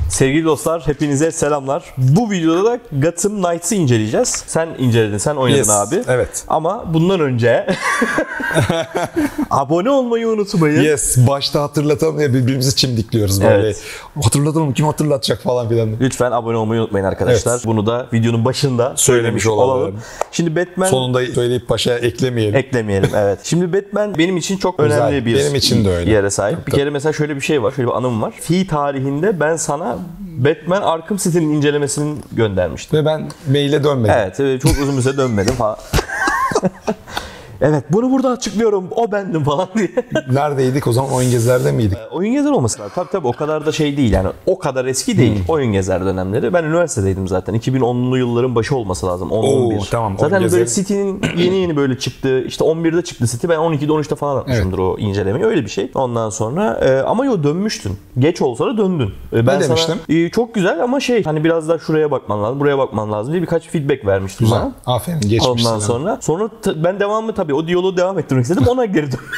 Sevgili dostlar, hepinize selamlar. Bu videoda da Gotham Knights'ı inceleyeceğiz. Sen inceledin, sen oynadın Yes, abi. evet. Ama bundan önce abone olmayı unutmayın. Yes, başta hatırlatalım ya, birbirimizi çimdikliyoruz böyle. Evet. Hatırlatalım, kim hatırlatacak falan filan. Lütfen abone olmayı unutmayın arkadaşlar. Evet. Bunu da videonun başında söylemiş olalım. Şimdi Batman... Sonunda söyleyip başa eklemeyelim. Eklemeyelim, evet. Şimdi Batman benim için çok Güzel. önemli bir Benim için de öyle. yere sahip. Bir kere mesela şöyle bir şey var, şöyle bir anım var. Fi tarihinde ben sana Batman Arkham City'nin incelemesini göndermiştim. Ve ben maile dönmedim. Evet, çok uzun bir süre dönmedim falan. Evet, bunu burada açıklıyorum, o bendim falan diye. Neredeydik o zaman? Oyun Gezer'de miydik? Oyun Gezer olması lazım. Tabii o kadar da şey değil yani. O kadar eski değil. Oyun Gezer dönemleri. Ben üniversitedeydim zaten. 2010'lu yılların başı olması lazım. 10-11. Tamam, zaten Oyun böyle Gezer. City'nin yeni böyle çıktı. İşte 11'de çıktı City. Ben 12'de 13'te falan atmışımdır o incelemeyi. Öyle bir şey. Ondan sonra ama yo dönmüştün. Geç olsa da döndün. Ben Ne demiştim? Sana, çok güzel ama hani biraz daha şuraya bakman lazım, buraya bakman lazım diye birkaç feedback vermiştim Güzel. bana. Aferin, geçmişsin. Ondan sonra ben devamlı tabii o diyaloğu devam ettirmek istedim. Ona geri dön.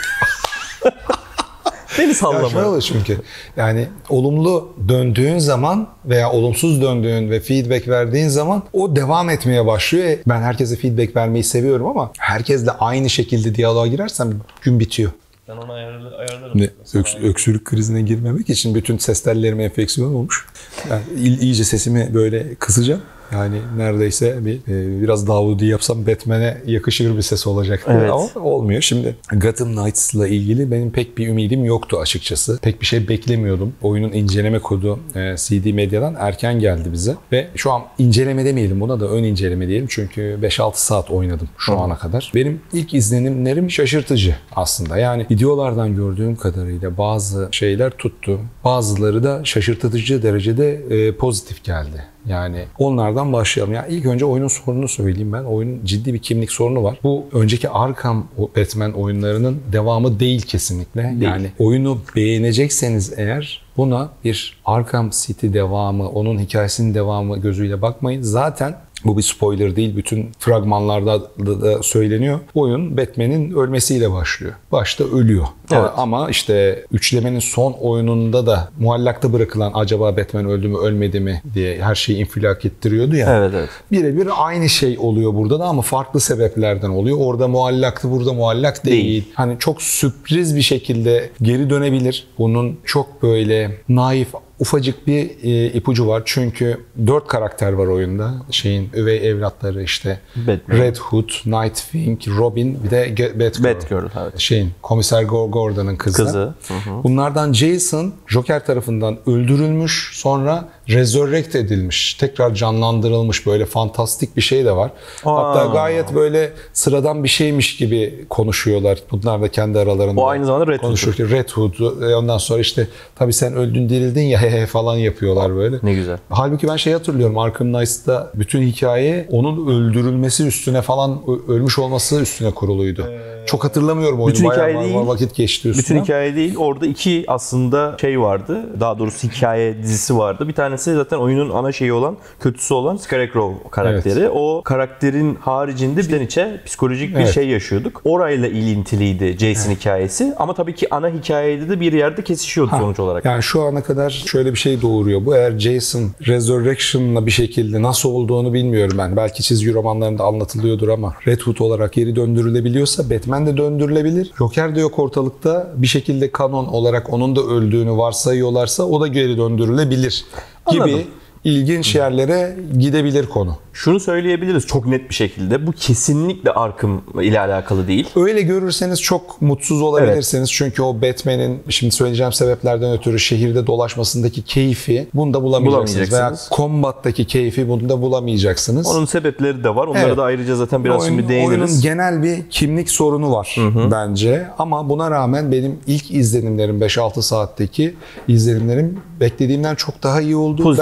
Beni sallama. Ya şöyle çünkü yani olumlu döndüğün zaman veya olumsuz döndüğün ve feedback verdiğin zaman o devam etmeye başlıyor. Ben herkese feedback vermeyi seviyorum ama herkesle aynı şekilde diyaloğa girersem gün bitiyor. Ben onu ayarlarım. Öksürük krizine girmemek için bütün ses tellerim enfeksiyon olmuş. Yani iyice sesimi böyle kısacağım. Yani neredeyse biraz Davudi yapsam Batman'e yakışır bir ses olacak. Evet. Ama olmuyor. Şimdi Gotham Knights'la ilgili benim pek bir ümidim yoktu açıkçası. Pek bir şey beklemiyordum. Oyunun inceleme kodu CD Medya'dan erken geldi bize. Ve şu an inceleme demeyelim, buna da ön inceleme diyelim. Çünkü 5-6 saat oynadım şu ana kadar. Benim ilk izlenimlerim şaşırtıcı aslında. Yani videolardan gördüğüm kadarıyla bazı şeyler tuttu. Bazıları da şaşırtıcı derecede pozitif geldi. Yani onlardan başlayalım. Yani ilk önce oyunun sorununu söyleyeyim ben. Oyunun ciddi bir kimlik sorunu var. Bu önceki Arkham Batman oyunlarının devamı değil kesinlikle. Değil. Yani oyunu beğenecekseniz eğer buna bir Arkham City devamı, onun hikayesinin devamı gözüyle bakmayın. Zaten bu bir spoiler değil. Bütün fragmanlarda da söyleniyor. Oyun Batman'in ölmesiyle başlıyor. Başta ölüyor. Evet. Ama işte üçlemenin son oyununda da muallakta bırakılan acaba Batman öldü mü ölmedi mi diye her şeyi infilak ettiriyordu ya. Evet. Birebir aynı şey oluyor burada da ama farklı sebeplerden oluyor. Orada muallaktı, burada muallak değil. Hani çok sürpriz bir şekilde geri dönebilir. Bunun çok böyle naif, ufacık bir ipucu var. Çünkü 4 karakter var oyunda. Üvey evlatları işte Batman, Red Hood, Nightwing, Robin, bir de Batgirl. Evet. Komiser Gordon'ın kızı. Hı-hı. Bunlardan Jason Joker tarafından öldürülmüş, sonra resurrect edilmiş. Tekrar canlandırılmış, böyle fantastik bir şey de var. Hatta gayet böyle sıradan bir şeymiş gibi konuşuyorlar. Bunlar da kendi aralarında. O aynı zamanda Red Hood. Red Hood. Ondan sonra işte tabii sen öldün dirildin ya falan yapıyorlar böyle. Ne güzel. Halbuki ben hatırlıyorum, Arkham Knights'ta bütün hikaye onun öldürülmesi üstüne falan, ölmüş olması üstüne kuruluydu. Çok hatırlamıyorum oyunu. Bütün hikaye değil. Vakit geçti üstüne. Bütün hikaye değil. Orada iki aslında vardı. Daha doğrusu hikaye dizisi vardı. Bir tanesi zaten oyunun ana şeyi olan, kötüsü olan Scarecrow karakteri. Evet. O karakterin haricinde birden içe psikolojik bir şey yaşıyorduk. Orayla ilintiliydi Jason hikayesi. Ama tabii ki ana hikayede de bir yerde kesişiyordu sonuç olarak. Yani şu ana kadar şöyle bir şey doğuruyor. Bu eğer Jason Resurrection'la bir şekilde nasıl olduğunu bilmiyorum ben. Belki çizgi romanlarında anlatılıyordur ama Red Hood olarak geri döndürülebiliyorsa Batman de döndürülebilir. Joker de yok ortalıkta. Bir şekilde kanon olarak onun da öldüğünü varsayıyorlarsa o da geri döndürülebilir gibi ilginç yerlere gidebilir konu. Şunu söyleyebiliriz çok net bir şekilde. Bu kesinlikle Arkham ile alakalı değil. Öyle görürseniz çok mutsuz olabilirsiniz. Evet. Çünkü o Batman'in şimdi söyleyeceğim sebeplerden ötürü şehirde dolaşmasındaki keyfi bunda bulamayacaksınız. Veya combat'taki keyfi bunda bulamayacaksınız. Onun sebepleri de var. Onlara da ayrıca zaten biraz şimdi değiniriz. Oyunun genel bir kimlik sorunu var bence. Ama buna rağmen benim ilk izlenimlerim 5-6 saatteki izlenimlerim beklediğimden çok daha iyi oldu. Pozitif ben bu oyuna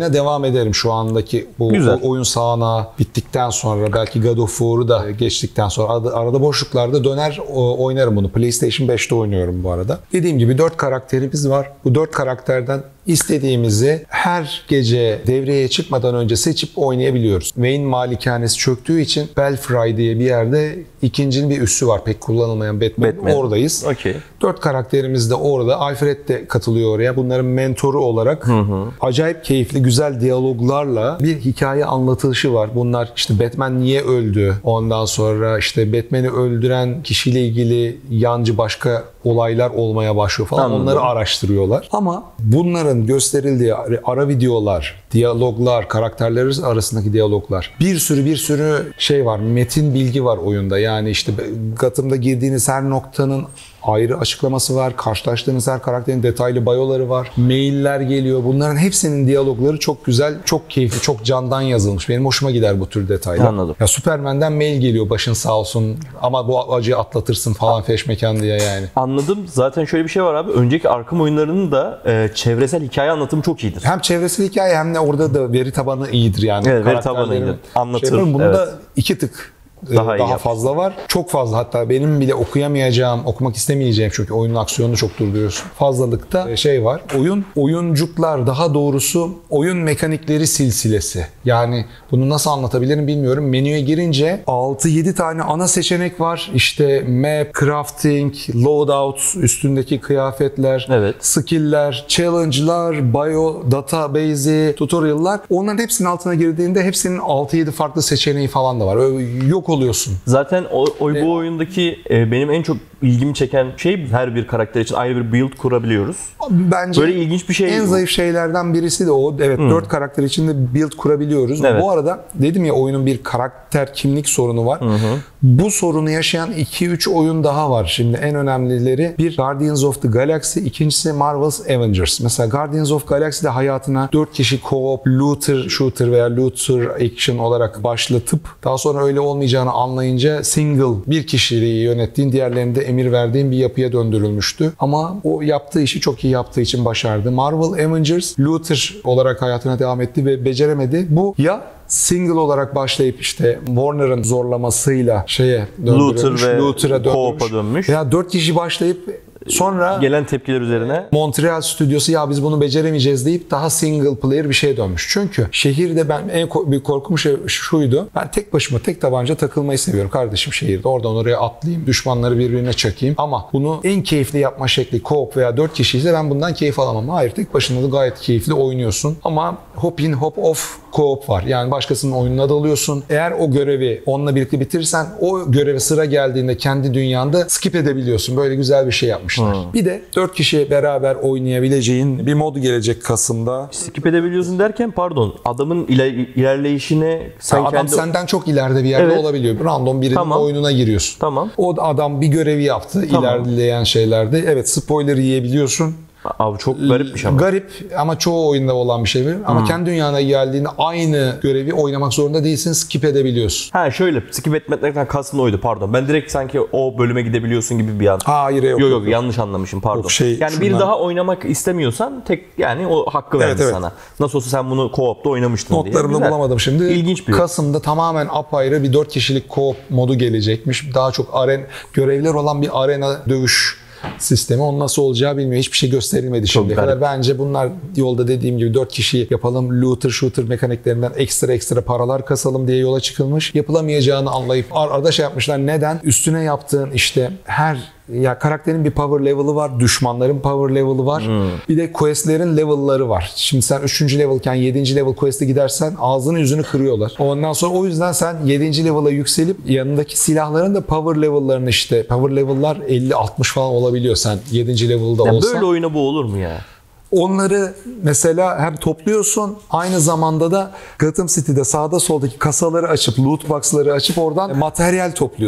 oynamaya devam ederim şu andaki bu Güzel. oyun sahanağı bittikten sonra, belki God of War'u da geçtikten sonra arada boşluklarda döner oynarım bunu. PlayStation 5'te oynuyorum bu arada. Dediğim gibi 4 karakterimiz var. Bu 4 karakterden istediğimizi her gece devreye çıkmadan önce seçip oynayabiliyoruz. Wayne malikanesi çöktüğü için Belfry diye bir yerde ikincinin bir üssü var. Pek kullanılmayan Batman. Oradayız. Okay. 4 karakterimiz de orada. Alfred de katılıyor oraya. Bunların mentoru olarak acayip keyifli, güzel diyaloglarla bir hikaye anlatışı var. Bunlar işte Batman niye öldü? Ondan sonra işte Batman'i öldüren kişiyle ilgili yancı başka olaylar olmaya başlıyor falan. Anladım. Onları araştırıyorlar. Ama bunların gösterildiği ara videolar, diyaloglar, karakterler arasındaki diyaloglar, bir sürü şey var. Metin bilgi var oyunda. Yani işte Gotham'da girdiğiniz her noktanın ayrı açıklaması var. Karşılaştığınız her karakterin detaylı bayoları var. Mailler geliyor. Bunların hepsinin diyalogları çok güzel, çok keyifli, çok candan yazılmış. Benim hoşuma gider bu tür detaylar. Anladım. Ya Superman'den mail geliyor, başın sağ olsun ama bu acıyı atlatırsın falan feşmekan diye yani. Anladım. Zaten şöyle bir şey var abi. Önceki Arkham oyunlarının da çevresel hikaye anlatımı çok iyidir. Hem çevresel hikaye hem de orada da veri tabanı iyidir yani. Evet, veri tabanı iyidir. Anlatır. Bunda 2 tık daha fazla var. Çok fazla, hatta benim bile okuyamayacağım, okumak istemeyeceğim çünkü oyunun aksiyonunu çok durduruyorsun. Fazlalıkta şey var. Oyuncuklar, daha doğrusu oyun mekanikleri silsilesi. Yani bunu nasıl anlatabilirim bilmiyorum. Menüye girince 6-7 tane ana seçenek var. İşte map, crafting, loadout, üstündeki kıyafetler, skill'ler, challenge'lar, bio, database'i, tutorial'lar. Onların hepsinin altına girdiğinde hepsinin 6-7 farklı seçeneği falan da var. Yok oluyorsun. Zaten bu oyundaki benim en çok ilgimi çeken şey, her bir karakter için ayrı bir build kurabiliyoruz. Bence böyle ilginç bir şey. En zayıf şeylerden birisi de o. Evet, 4 karakter için de build kurabiliyoruz. Evet. Bu arada dedim ya, oyunun bir karakter kimlik sorunu var. Bu sorunu yaşayan 2-3 oyun daha var. Şimdi en önemlileri, bir Guardians of the Galaxy, ikincisi Marvel's Avengers. Mesela Guardians of Galaxy'de hayatına 4 kişi co-op, looter, shooter veya looter action olarak başlatıp daha sonra öyle olmayacağını anlayınca single, bir kişiliği yönettiğin, diğerlerinde emir verdiğin bir yapıya döndürülmüştü. Ama o yaptığı işi çok iyi yaptığı için başardı. Marvel Avengers looter olarak hayatına devam etti ve beceremedi. Bu ya single olarak başlayıp işte Warner'ın zorlamasıyla döndürülmüş, Looter'a dönmüş. Veya 4 kişi başlayıp sonra gelen tepkiler üzerine Montreal stüdyosu ya biz bunu beceremeyeceğiz deyip daha single player bir şeye dönmüş. Çünkü şehirde ben en büyük korkum şuydu. Ben tek başıma, tek tabanca takılmayı seviyorum kardeşim şehirde. Oradan oraya atlayayım, düşmanları birbirine çakayım. Ama bunu en keyifli yapma şekli co-op veya 4 kişi ise ben bundan keyif alamam. Hayır, tek başına da gayet keyifli oynuyorsun. Ama hop in hop off co-op var. Yani başkasının oyununa dalıyorsun. Eğer o görevi onunla birlikte bitirirsen o göreve sıra geldiğinde kendi dünyanda skip edebiliyorsun. Böyle güzel bir şey yapmışlar. Bir de 4 kişi beraber oynayabileceğin bir modu gelecek Kasım'da. Skip edebiliyorsun derken pardon, adamın ilerleyişine adam senden çok ileride bir yerde olabiliyor. Random birinin oyununa giriyorsun. Tamam. O adam bir görevi yaptı ilerleyen şeylerde. Evet, spoiler yiyebiliyorsun. Abi çok garipmiş ama. Garip ama çoğu oyunda olan bir şey. Ama kendi dünyana geldiğinde aynı görevi oynamak zorunda değilsin. Skip edebiliyorsun. Ha şöyle, skip etmekten kastım oydu, pardon. Ben direkt sanki o bölüme gidebiliyorsun gibi bir an. Hayır, yok yanlış anlamışım, pardon. Yani bir daha oynamak istemiyorsan tek, yani o hakkı verdi sana. Nasıl olsa sen bunu co-op'ta oynamıştın diye. Notlarımda bulamadım şimdi. İlginç bir. Kasım'da tamamen apayrı bir 4 kişilik co-op modu gelecekmiş. Daha çok görevler olan bir arena dövüş sistemi. Onun nasıl olacağı bilmiyor. Hiçbir şey gösterilmedi şimdiye kadar. Bence bunlar yolda dediğim gibi 4 kişi yapalım, looter shooter mekaniklerinden ekstra paralar kasalım diye yola çıkılmış. Yapılamayacağını anlayıp arada şey yapmışlar. Neden? Üstüne yaptığın işte karakterin bir power level'ı var, düşmanların power level'ı var. Bir de quest'lerin level'ları var. Şimdi sen 3. level'ken 7. level quest'e gidersen ağzını yüzünü kırıyorlar. Ondan sonra o yüzden sen 7. level'a yükselip yanındaki silahların da power level'larını, işte power level'lar 50-60 falan olabiliyor sen 7. level'da olsan. Böyle oyuna bu olur mu ya? Onları mesela hem topluyorsun, aynı zamanda da Gotham City'de sağda soldaki kasaları açıp, loot box'ları açıp oradan materyal topluyorsun.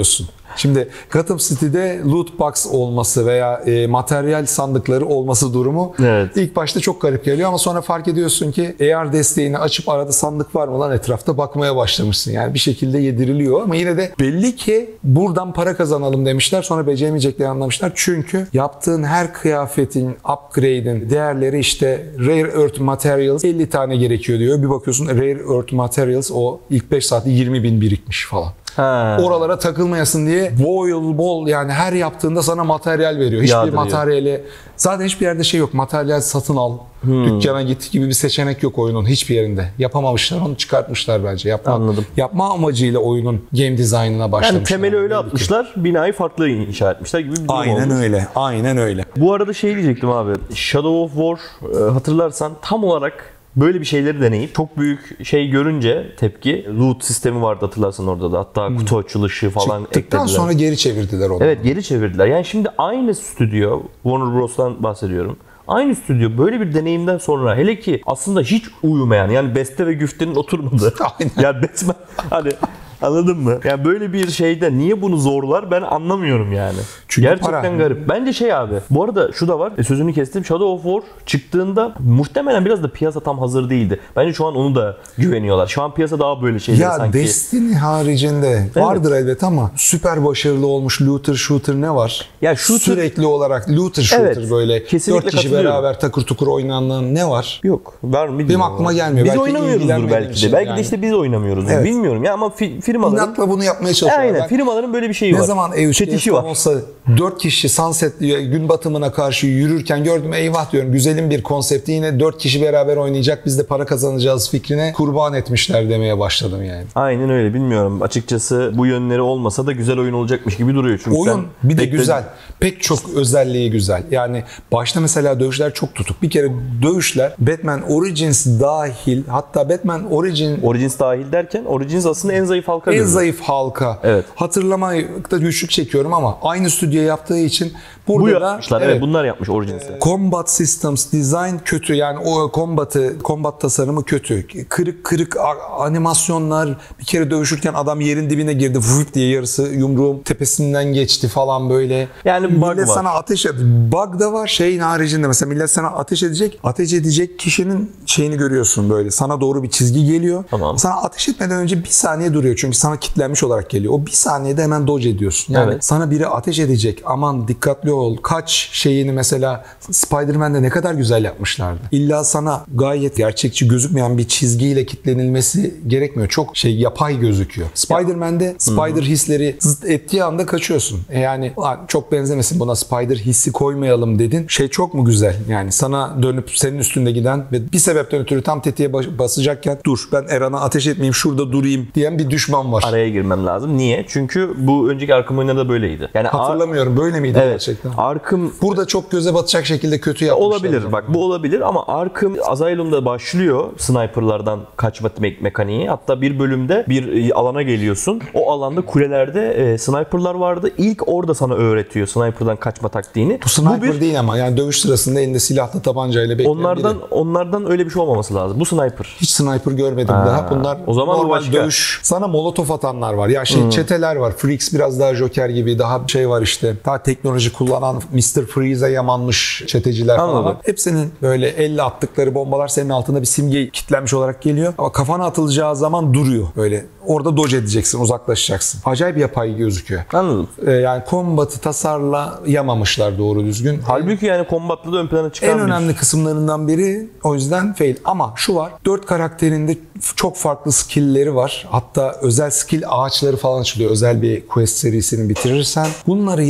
Şimdi Gotham City'de loot box olması veya materyal sandıkları olması durumu Evet. ilk başta çok garip geliyor ama sonra fark ediyorsun ki AR desteğini açıp arada sandık var mı lan etrafta bakmaya başlamışsın. Yani bir şekilde yediriliyor ama yine de belli ki buradan para kazanalım demişler. Sonra beceremeyeceklerini anlamışlar. Çünkü yaptığın her kıyafetin, upgrade'in değerleri işte Rare Earth Materials 50 tane gerekiyor diyor. Bir bakıyorsun Rare Earth Materials o ilk 5 saatte 20.000 birikmiş falan. Ha. Oralara takılmayasın diye bol yani her yaptığında sana materyal veriyor. Hiçbir Yağdırıyor. materyali zaten hiçbir yerde şey yok. Materyal satın al, dükkana git gibi bir seçenek yok oyunun hiçbir yerinde. Yapamamışlar, onu çıkartmışlar bence. Anladım. Yapma amacıyla oyunun game design'ına başlamışlar. Yani temeli öyle belli ki. atmışlar, binayı farklı inşa etmişler gibi bir durum Aynen oldu. öyle. Aynen öyle. Bu arada şey diyecektim abi. Shadow of War hatırlarsan tam olarak böyle bir şeyleri deneyip çok büyük şey görünce tepki, loot sistemi vardı hatırlarsan orada da. Hatta kutu açılışı falan Çıktıktan eklediler. sonra geri çevirdiler onu. Evet, geri çevirdiler. Yani şimdi aynı stüdyo, Warner Bros'tan bahsediyorum. Aynı stüdyo böyle bir deneyimden sonra hele ki aslında hiç uyumayan yani beste ve güftenin oturmadığı. Aynen. Yani Batman hani anladın mı? Yani böyle bir şeyde niye bunu zorlar ben anlamıyorum yani. Çünkü Gerçekten para. garip. Bence şey abi. Bu arada şu da var. Sözünü kestim. Shadow of War çıktığında muhtemelen biraz da piyasa tam hazır değildi. Bence şu an onu da güveniyorlar. Şu an piyasa daha böyle şeyler Ya sanki. Destiny haricinde vardır elbet ama süper başarılı olmuş looter shooter ne var? Ya shooter- Sürekli olarak looter shooter Evet, böyle kesinlikle 4 kişi katılıyorum. beraber takır tukur oynanan ne var? Yok. Var mı bilmiyorum. Benim aklıma gelmiyor. Biz Belki oynamıyoruzdur ilgilenmediğim belki de. için Belki yani. de işte biz oynamıyoruzdur. Evet. Bilmiyorum ya ama firmaların İnatla bunu yapmaya çalışıyorlar. aynen Ben firmaların böyle bir şeyi ne var. zaman E3 Fetişi Gamescom var. olsa 4 kişi sunset gün batımına karşı yürürken gördüm eyvah diyorum güzelim bir konsepti yine 4 kişi beraber oynayacak biz de para kazanacağız fikrine kurban etmişler demeye başladım yani. Aynen öyle bilmiyorum. Açıkçası bu yönleri olmasa da güzel oyun olacakmış gibi duruyor. Çünkü Oyun bir de bekle- güzel. Pek çok özelliği güzel. Yani başta mesela dövüşler çok tutuk. Bir kere dövüşler Batman Origins dahil hatta Batman Origins dahil derken Origins aslında en zayıf halka en göre. zayıf halka. Evet. Hatırlamakta güçlük çekiyorum ama aynı stüdyo yaptığı için Bu burada da yapmışlar. Evet. Bunlar yapmış Origins'te. Combat Systems Design kötü. Yani o combat tasarımı kötü. Kırık animasyonlar. Bir kere dövüşürken adam yerin dibine girdi. Vuf diye yarısı yumruğum tepesinden geçti falan böyle. Yani bug millet var. sana ateş et. Bug da var şeyin haricinde mesela millet sana ateş edecek. Ateş edecek kişinin şeyini görüyorsun böyle. Sana doğru bir çizgi geliyor. Tamam. Sana ateş etmeden önce bir saniye duruyor. Çünkü sana kilitlenmiş olarak geliyor. O bir saniyede hemen dodge ediyorsun. Yani Evet. sana biri ateş edecek. Aman dikkatli ol. Kaç şeyini mesela Spider-Man'de ne kadar güzel yapmışlardı. İlla sana gayet gerçekçi gözükmeyen bir çizgiyle kilitlenilmesi gerekmiyor. Çok yapay gözüküyor. Spider-Man'de Spider hisleri zıt ettiği anda kaçıyorsun. Yani "Lan çok benzemesin buna Spider hissi koymayalım" dedin. Çok mu güzel? Yani sana dönüp senin üstünde giden ve bir sebepten ötürü tam tetiğe basacakken dur ben Eran'a ateş etmeyeyim şurada durayım diyen bir düşman var. Araya girmem lazım. Niye? Çünkü bu önceki Arkham oyunlarında böyleydi. Yani Hatırlamıyorum böyle miydi Evet. gerçekten? Arkham Burada çok göze batacak şekilde kötü yapmışlar. olabilir. Bak bu olabilir ama Arkham Asylum'da başlıyor sniperlardan kaçma mekaniği. Hatta bir bölümde bir alana geliyorsun. O alanda kulelerde sniperlar vardı. İlk orada sana öğretiyor sniper'dan kaçma taktiğini. Bu sniper bir değil ama yani dövüş sırasında elinde silahla tabancayla bekleyen biri. onlardan öyle bir şey olmaması lazım. Bu sniper. Hiç sniper görmedim daha. Bunlar o zaman bu normal başka. dövüş. Sana molotof atanlar var. Ya çeteler var. Freaks biraz daha Joker gibi. Daha var işte. Daha teknoloji kullanan Mr. Freeze'e yamanmış çeteciler falan Anladım. var. Hepsinin böyle elle attıkları bombalar senin altında bir simge kilitlenmiş olarak geliyor. Ama kafana atılacağı zaman duruyor. Böyle orada dodge edeceksin, uzaklaşacaksın. Acayip yapay gözüküyor. Anladım. Yani kombatı tasarlayamamışlar doğru düzgün. Halbuki yani kombatla da ön plana çıkan En bir- önemli kısımlarından biri o yüzden fail. Ama şu var. 4 karakterin de çok farklı skill'leri var. Hatta özel skill ağaçları falan açılıyor. Özel bir quest serisini bitirirsen. Bunları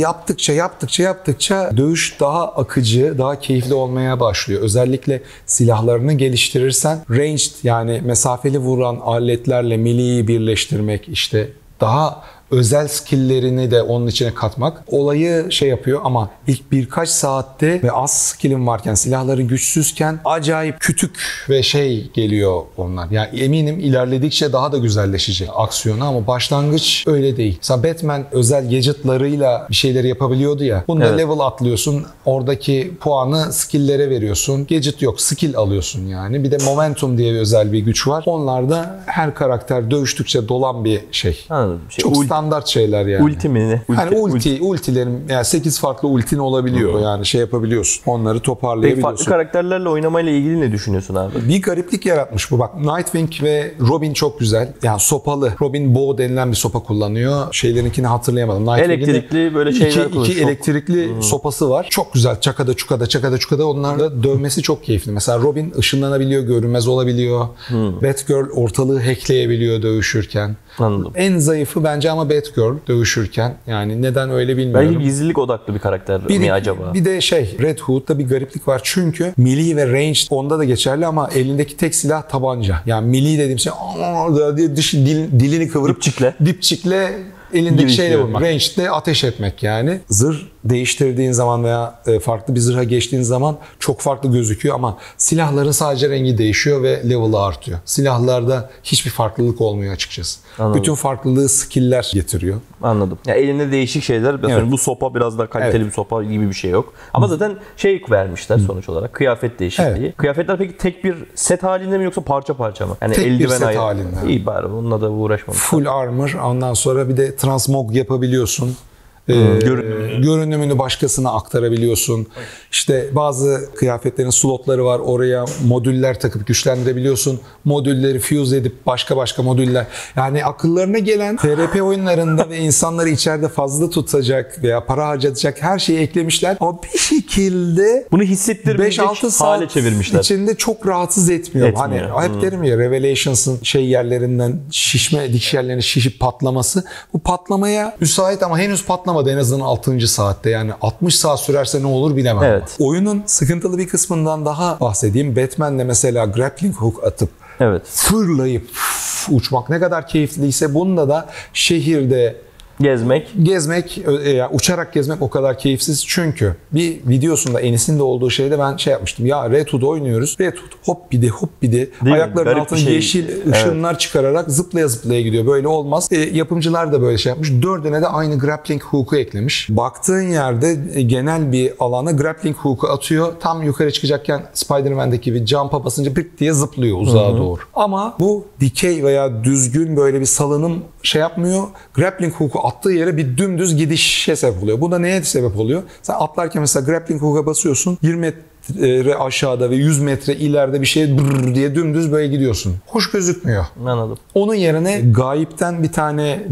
yaptıkça dövüş daha akıcı, daha keyifli olmaya başlıyor. Özellikle silahlarını geliştirirsen ranged yani mesafeli vuran aletlerle melee'yi birleştirmek işte daha özel skill'lerini de onun içine katmak olayı yapıyor ama ilk birkaç saatte ve az skill'in varken silahların güçsüzken acayip kütük ve geliyor onlar. Yani eminim ilerledikçe daha da güzelleşecek aksiyonu ama başlangıç öyle değil. Mesela Batman özel gadget'larıyla bir şeyleri yapabiliyordu ya. Bunda Evet. level atlıyorsun. Oradaki puanı skill'lere veriyorsun. Gadget yok. Skill alıyorsun yani. Bir de momentum diye bir özel bir güç var. Onlar da her karakter dövüştükçe dolan bir şey. Anladım. Çok standart standart şeyler yani. Ulti mi ne? Hani ultilerin yani 8 farklı ultin olabiliyor. Yani şey yapabiliyorsun. Onları Peki toparlayabiliyorsun. farklı karakterlerle oynamayla ilgili ne düşünüyorsun abi? Bir gariplik yaratmış bu bak. Nightwing ve Robin çok güzel. Yani sopalı. Robin bow denilen bir sopa kullanıyor. Şeylerinkini hatırlayamadım. Elektrikli böyle şeyler iki kullanıyor. elektrikli sopası var. Çok güzel. Çakada çukada onlarla dövmesi çok keyifli. Mesela Robin ışınlanabiliyor, görünmez olabiliyor. Batgirl ortalığı hackleyebiliyor dövüşürken. Anladım. En zayıfı bence ama Batgirl dövüşürken. Yani neden öyle bilmiyorum. Belki gizlilik odaklı bir karakter mi acaba? Bir de Red Hood'da bir gariplik var. Çünkü melee ve range onda da geçerli ama elindeki tek silah tabanca. Yani melee dediğim şey diye dilini kıvırıp dipçikle elindeki şeyle vurmak. Range'de ateş etmek yani. Zırh değiştirdiğin zaman veya farklı bir zırha geçtiğin zaman çok farklı gözüküyor ama silahların sadece rengi değişiyor ve level'ı artıyor. Silahlarda hiçbir farklılık olmuyor açıkçası. Anladım. Bütün farklılığı skill'ler getiriyor. Anladım. Ya elinde değişik şeyler. Evet. Bu sopa biraz daha kaliteli bir sopa gibi bir şey yok. Ama zaten vermişler sonuç olarak. Kıyafet değişikliği. Evet. Kıyafetler peki tek bir set halinde mi yoksa parça parça mı? Yani tek eldiven bir set halinde. İyi bari onunla da uğraşmamış. Full armor. Ondan sonra bir de transmog yapabiliyorsun. Görünümünü başkasına aktarabiliyorsun. İşte bazı kıyafetlerin slotları var. Oraya modüller takıp güçlendirebiliyorsun. Modülleri fuse edip başka modüller. Yani akıllarına gelen FRP oyunlarında ve insanları içeride fazla tutacak veya para harcatacak her şeyi eklemişler. Ama bir şekilde bunu hissettirmeyecek 5-6 saat hale çevirmişler. İçinde çok rahatsız etmiyor. Hani hep derim ya Revelations'ın yerlerinden dikiş yerlerinin şişip patlaması. Bu patlamaya müsait ama henüz patlamadı en azından 6. saatte. Yani 60 saat sürerse ne olur bilemem. Evet. Oyunun sıkıntılı bir kısmından daha bahsedeyim. Batman'le mesela grappling hook atıp fırlayıp uçmak ne kadar keyifliyse bunda da şehirde gezmek, uçarak gezmek o kadar keyifsiz. Çünkü bir videosunda Enis'in de olduğu şeyde ben yapmıştım. Ya Red Hood oynuyoruz. Red Hood hop bir de ayaklarının altına yeşil ışınlar çıkararak zıplaya gidiyor. Böyle olmaz. Yapımcılar da böyle yapmış. 4'üne de aynı grappling hook'u eklemiş. Baktığın yerde genel bir alana grappling hook'u atıyor. Tam yukarı çıkacakken Spider-Man'deki gibi jump'a basınca pırt diye zıplıyor uzağa doğru. Ama bu dikey veya düzgün böyle bir salınım yapmıyor. Grappling hook'u attığı yere bir dümdüz gidişe sebep oluyor. Bu da neye sebep oluyor? Sen atlarken mesela grappling hook'a basıyorsun. 20 metre aşağıda ve 100 metre ileride bir şeye diye dümdüz böyle gidiyorsun. Hoş gözükmüyor. Anladım. Onun yerine gayipten bir tane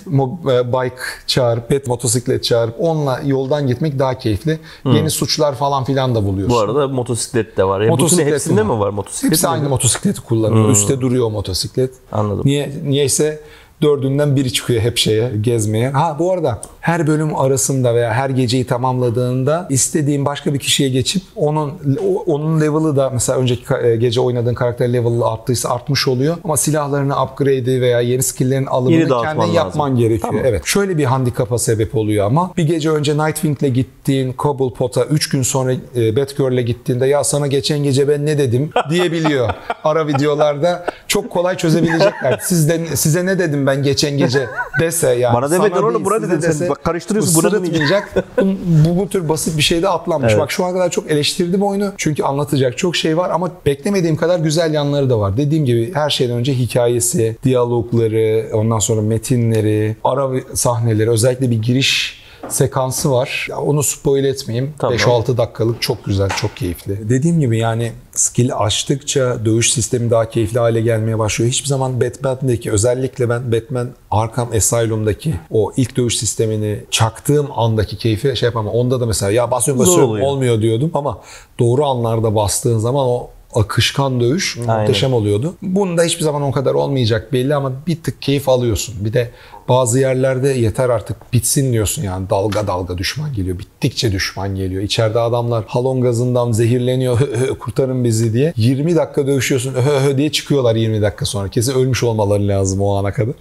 bike çağırıp, motosiklet çağırıp onunla yoldan gitmek daha keyifli. Yeni suçlar falan filan da buluyorsun. Bu arada motosiklet de var. Hepsinde mi var motosiklet? Hepsi aynı motosikleti kullanıyor. Üstte duruyor o motosiklet. Anladım. Niyeyse 4'ünden biri çıkıyor hep gezmeye. Bu arada her bölüm arasında veya her geceyi tamamladığında istediğin başka bir kişiye geçip onun level'ı da mesela önceki gece oynadığın karakter level'ı arttıysa artmış oluyor. Ama silahlarını upgrade'i veya yeni skill'lerin alımını kendin yapman gerekiyor. Tamam. Evet. Şöyle bir handikapa sebep oluyor ama bir gece önce Nightwing'le gittiğin Cobblepot'a 3 gün sonra Batgirl'le gittiğinde ya sana geçen gece ben ne dedim diyebiliyor. Ara videolarda çok kolay çözebilecekler. Size ne dedim ben geçen gece dese yani. Bana demedin oğlum buna dedin sen. Bak karıştırıyorsun buranın sırıtmayacak. bu tür basit bir şeyde atlanmış. Evet. Bak şu ana kadar çok eleştirdim oyunu. Çünkü anlatacak çok şey var ama beklemediğim kadar güzel yanları da var. Dediğim gibi her şeyden önce hikayesi, diyalogları, ondan sonra metinleri, ara sahneleri, özellikle bir giriş sekansı var. Ya onu spoil etmeyeyim. Tamam. 5-6 dakikalık çok güzel, çok keyifli. Dediğim gibi yani skill açtıkça dövüş sistemi daha keyifli hale gelmeye başlıyor. Hiçbir zaman Batman'deki özellikle ben Batman Arkham Asylum'daki o ilk dövüş sistemini çaktığım andaki keyfi yapamam. Onda da mesela ya basıyorum olmuyor diyordum ama doğru anlarda bastığın zaman o akışkan dövüş muhteşem oluyordu. Bunda hiçbir zaman o kadar olmayacak belli ama bir tık keyif alıyorsun. Bir de bazı yerlerde yeter artık bitsin diyorsun yani dalga düşman geliyor. Bittikçe düşman geliyor. İçeride adamlar halon gazından zehirleniyor kurtarın bizi diye. 20 dakika dövüşüyorsun diye çıkıyorlar 20 dakika sonra. Kesin ölmüş olmaları lazım o ana kadar.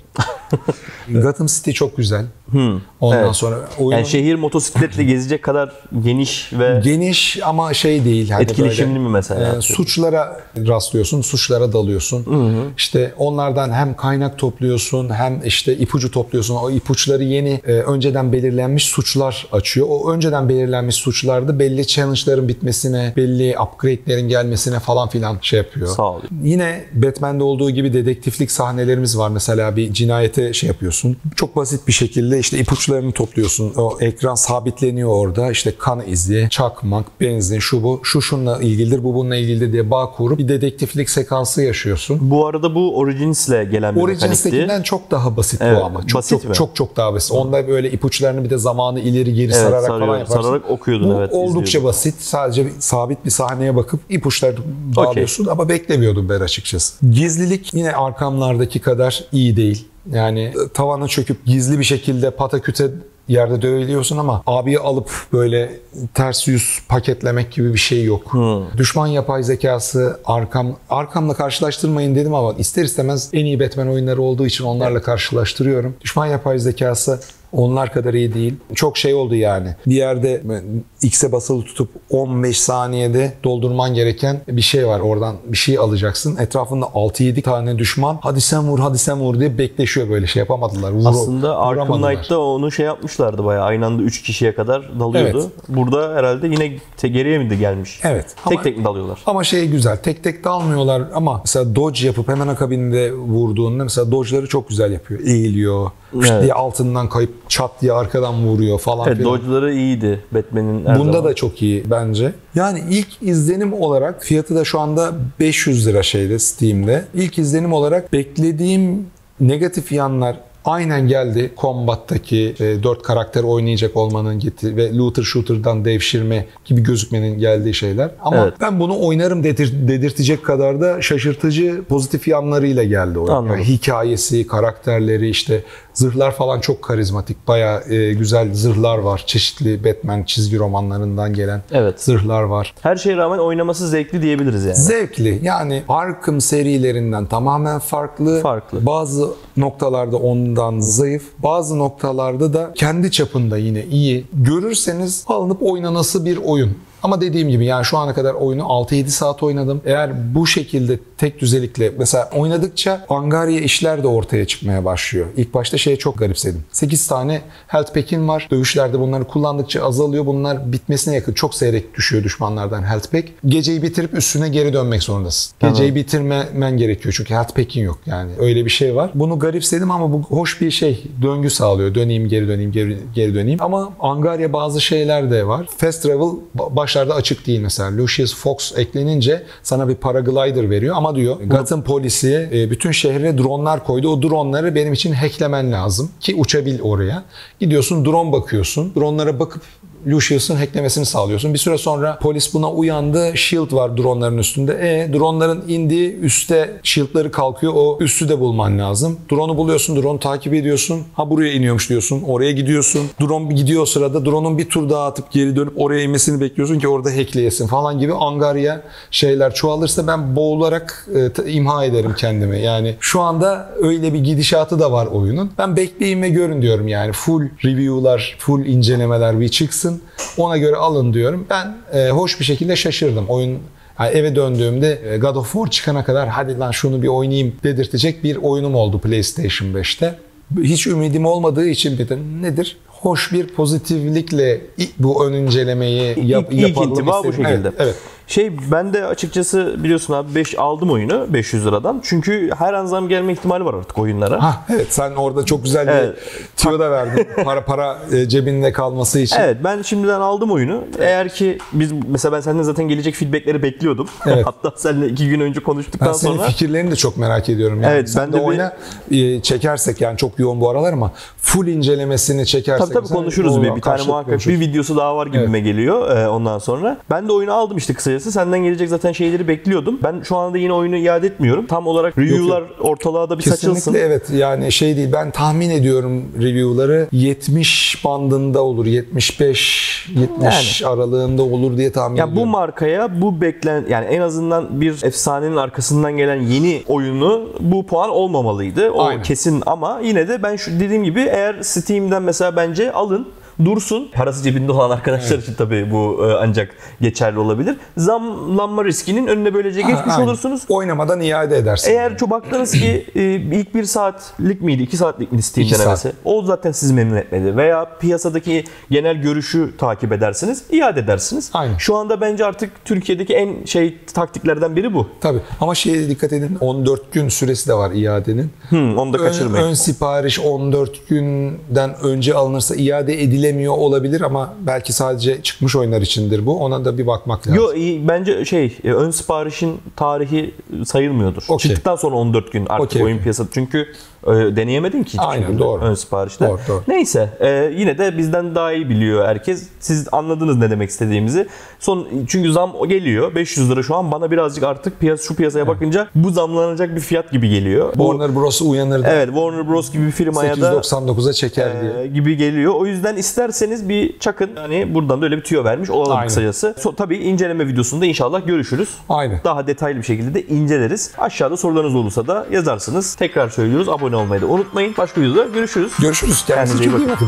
Gotham City çok güzel. Ondan sonra oyunun... Yani şehir motosikletle gezecek kadar geniş ve... Geniş ama değil. Hani etkileşimli mi mesela? Suçlara rastlıyorsun, suçlara dalıyorsun. İşte onlardan hem kaynak topluyorsun hem ipucu ipucu topluyorsun. O ipuçları yeni önceden belirlenmiş suçlar açıyor. O önceden belirlenmiş suçlarda belli challenge'ların bitmesine, belli upgrade'lerin gelmesine falan filan şey yapıyor. Sağ ol. Yine Batman'de olduğu gibi dedektiflik sahnelerimiz var. Mesela bir cinayete şey yapıyorsun. Çok basit bir şekilde işte ipuçlarını topluyorsun. O ekran sabitleniyor orada. İşte kan izi, çakmak, benzin, şu bu. Şu şununla ilgilidir, bu bununla ilgilidir diye bağ kurup bir dedektiflik sekansı yaşıyorsun. Bu arada bu Origins'le gelen bir mekanikti. Origins'tekinden çok daha basit Evet, bu ama. Çok daha basit. Onda böyle ipuçlarını bir de zamanı ileri geri sararak falan yaparsın. Sararak okuyordun, bu evet. Oldukça izliyordum. basit. Sadece sabit bir sahneye bakıp ipuçları bağlıyorsun ama beklemiyordum ben açıkçası. Gizlilik yine Arkham'lardaki kadar iyi değil. Yani tavana çöküp gizli bir şekilde pataküte yerde dövülüyorsun ama abiyi alıp böyle ters yüz paketlemek gibi bir şey yok. Düşman yapay zekası Arkham'la karşılaştırmayın dedim ama ister istemez en iyi Batman oyunları olduğu için onlarla karşılaştırıyorum. Düşman yapay zekası onlar kadar iyi değil. Çok şey oldu yani. Bir yerde X'e basılı tutup 15 saniyede doldurman gereken bir şey var. Oradan bir şey alacaksın. Etrafında 6-7 tane düşman hadi sen vur, hadi sen vur diye bekleşiyor böyle. Şey yapamadılar. Aslında Arkham Knight'ta onu şey yapmışlardı bayağı. Aynı anda 3 kişiye kadar dalıyordu. Evet. Burada herhalde yine geriye mi de gelmiş? Evet. Tek mi dalıyorlar? Ama şey güzel. Tek tek dalmıyorlar ama mesela dodge yapıp hemen akabinde vurduğunda mesela dodge'ları çok güzel yapıyor. Eğiliyor. Evet. Diye altından kayıp çat diye arkadan vuruyor falan evet, filan. dodge'ları iyiydi Batman'in her Bunda zaman. da çok iyi bence. Yani ilk izlenim olarak fiyatı da şu anda 500 lira şeyde Steam'de. İlk izlenim olarak beklediğim negatif yanlar aynen geldi. Combat'taki 4 karakter oynayacak olmanın ve looter shooter'dan devşirme gibi gözükmenin geldiği şeyler. Ama evet, ben bunu oynarım dedirtecek kadar da şaşırtıcı pozitif yanlarıyla geldi oyun. Yani hikayesi, karakterleri, işte zırhlar falan çok karizmatik. Bayağı güzel zırhlar var. Çeşitli Batman çizgi romanlarından gelen zırhlar var. Her şeye rağmen oynaması zevkli diyebiliriz yani. Zevkli. Yani Arkham serilerinden tamamen farklı. Bazı noktalarda ondan zayıf. Bazı noktalarda da kendi çapında yine iyi. Görürseniz alınıp oynanası bir oyun. Ama dediğim gibi yani şu ana kadar oyunu 6-7 saat oynadım. Eğer bu şekilde tek düzelikle mesela oynadıkça angarya işler de ortaya çıkmaya başlıyor. İlk başta şeye çok garipsedim. 8 tane health pack'in var. Dövüşlerde bunları kullandıkça azalıyor. Bunlar bitmesine yakın. Çok seyrek düşüyor düşmanlardan health pack. Geceyi bitirip üstüne geri dönmek zorundasın. Geceyi bitirmen gerekiyor çünkü health pack'in yok yani. Öyle bir şey var. Bunu garipsedim ama bu hoş bir şey. Döngü sağlıyor. Döneyim, geri döneyim, geri döneyim. Ama angarya bazı şeyler de var. Fast travel başlarda açık değil mesela. Lucius Fox eklenince sana bir paraglider veriyor ama diyor Gotham polisi bütün şehre dronlar koydu. O dronları benim için hacklemen lazım ki uçabil oraya. Gidiyorsun drone bakıyorsun. Dronlara bakıp Lucius'un hacklemesini sağlıyorsun. Bir süre sonra polis buna uyandı. Shield var dronların üstünde. Dronların indiği üstte shield'ları kalkıyor. O üssü de bulman lazım. Drone'u buluyorsun. Drone'u takip ediyorsun. Ha buraya iniyormuş diyorsun. Oraya gidiyorsun. Drone gidiyor o sırada. Drone'un bir tur daha atıp geri dönüp oraya inmesini bekliyorsun ki orada hackleyesin falan gibi angarya şeyler çoğalırsa ben boğularak imha ederim kendimi. Yani şu anda öyle bir gidişatı da var oyunun. Ben bekleyin ve görün diyorum yani. Full review'lar, full incelemeler bir çıksın. Ona göre alın diyorum. Ben hoş bir şekilde şaşırdım. Oyun yani eve döndüğümde God of War çıkana kadar hadi lan şunu bir oynayayım dedirtecek bir oyunum oldu PlayStation 5'te. Hiç ümidim olmadığı için nedir? Hoş bir pozitiflikle bu ön incelemeyi yapalım intiba bu şekilde. Evet. Ben de açıkçası biliyorsun abi 5 aldım oyunu 500 liradan. Çünkü her an zam gelme ihtimali var artık oyunlara. Evet sen orada çok güzel bir tüyo da verdin. para cebinde kalması için. Evet ben şimdiden aldım oyunu. Eğer ki mesela ben senden zaten gelecek feedbackleri bekliyordum. Evet. Hatta seninle 2 gün önce konuştuktan sonra. Ben senin fikirlerini de çok merak ediyorum. Yani. Evet sen de oyuna çekersek yani çok yoğun bu aralar ama full incelemesini çekersek. Tabii konuşuruz bir tane muhakkak bir videosu daha var gibime geliyor ondan sonra. Ben de oyunu aldım işte kısacası. Senden gelecek zaten şeyleri bekliyordum. Ben şu anda yine oyunu iade etmiyorum. Tam olarak review'lar ortalığa da bir kesinlikle saçılsın. Evet yani şey değil. Ben tahmin ediyorum review'ları 70 bandında olur. 75-70 aralığında olur diye tahmin ediyorum. Bu markaya yani en azından bir efsanenin arkasından gelen yeni oyunu bu puan olmamalıydı. O kesin ama yine de ben dediğim gibi eğer Steam'den mesela bence alın. dursun. Parası cebinde olan arkadaşlar için tabii bu ancak geçerli olabilir. Zamlanma riskinin önüne böylece geçmiş olursunuz. Oynamadan iade edersin. Eğer çok baktınız ki ilk 1 saatlik miydi, 2 saatlik miydi Steam 2 denemesi? saat. O zaten sizi memnun etmedi. Veya piyasadaki genel görüşü takip edersiniz, iade edersiniz. Aynen. Şu anda bence artık Türkiye'deki en taktiklerden biri bu. Tabii ama şeye dikkat edin, 14 gün süresi de var iadenin. Onu da kaçırmayın. Ön sipariş 14 günden önce alınırsa iade edilemiyor olabilir ama belki sadece çıkmış oyunlar içindir bu. Ona da bir bakmak lazım. Bence ön siparişin tarihi sayılmıyordur. Okay. Çıktıktan sonra 14 gün artık oyun piyasası. Çünkü deneyemedin ki hiç. Aynen, doğru. Ön siparişte. Doğru. Neyse yine de bizden daha iyi biliyor herkes. Siz anladınız ne demek istediğimizi. Çünkü zam geliyor. 500 lira şu an bana birazcık artık şu piyasaya bakınca bu zamlanacak bir fiyat gibi geliyor. Warner Bros. Uyanır da. Evet, Warner Bros. Gibi bir firmaya da 899'a çeker diye. gibi geliyor. O yüzden isterseniz bir çakın. Hani buradan da öyle bir tüyo vermiş olalım. Aynen. Kısacası. Tabii inceleme videosunda inşallah görüşürüz. Aynen. Daha detaylı bir şekilde de inceleriz. Aşağıda sorularınız olursa da yazarsınız. Tekrar söylüyoruz. Abone olmayı da unutmayın. Başka videoda görüşürüz. Görüşürüz. Kendinize çok iyi bakın.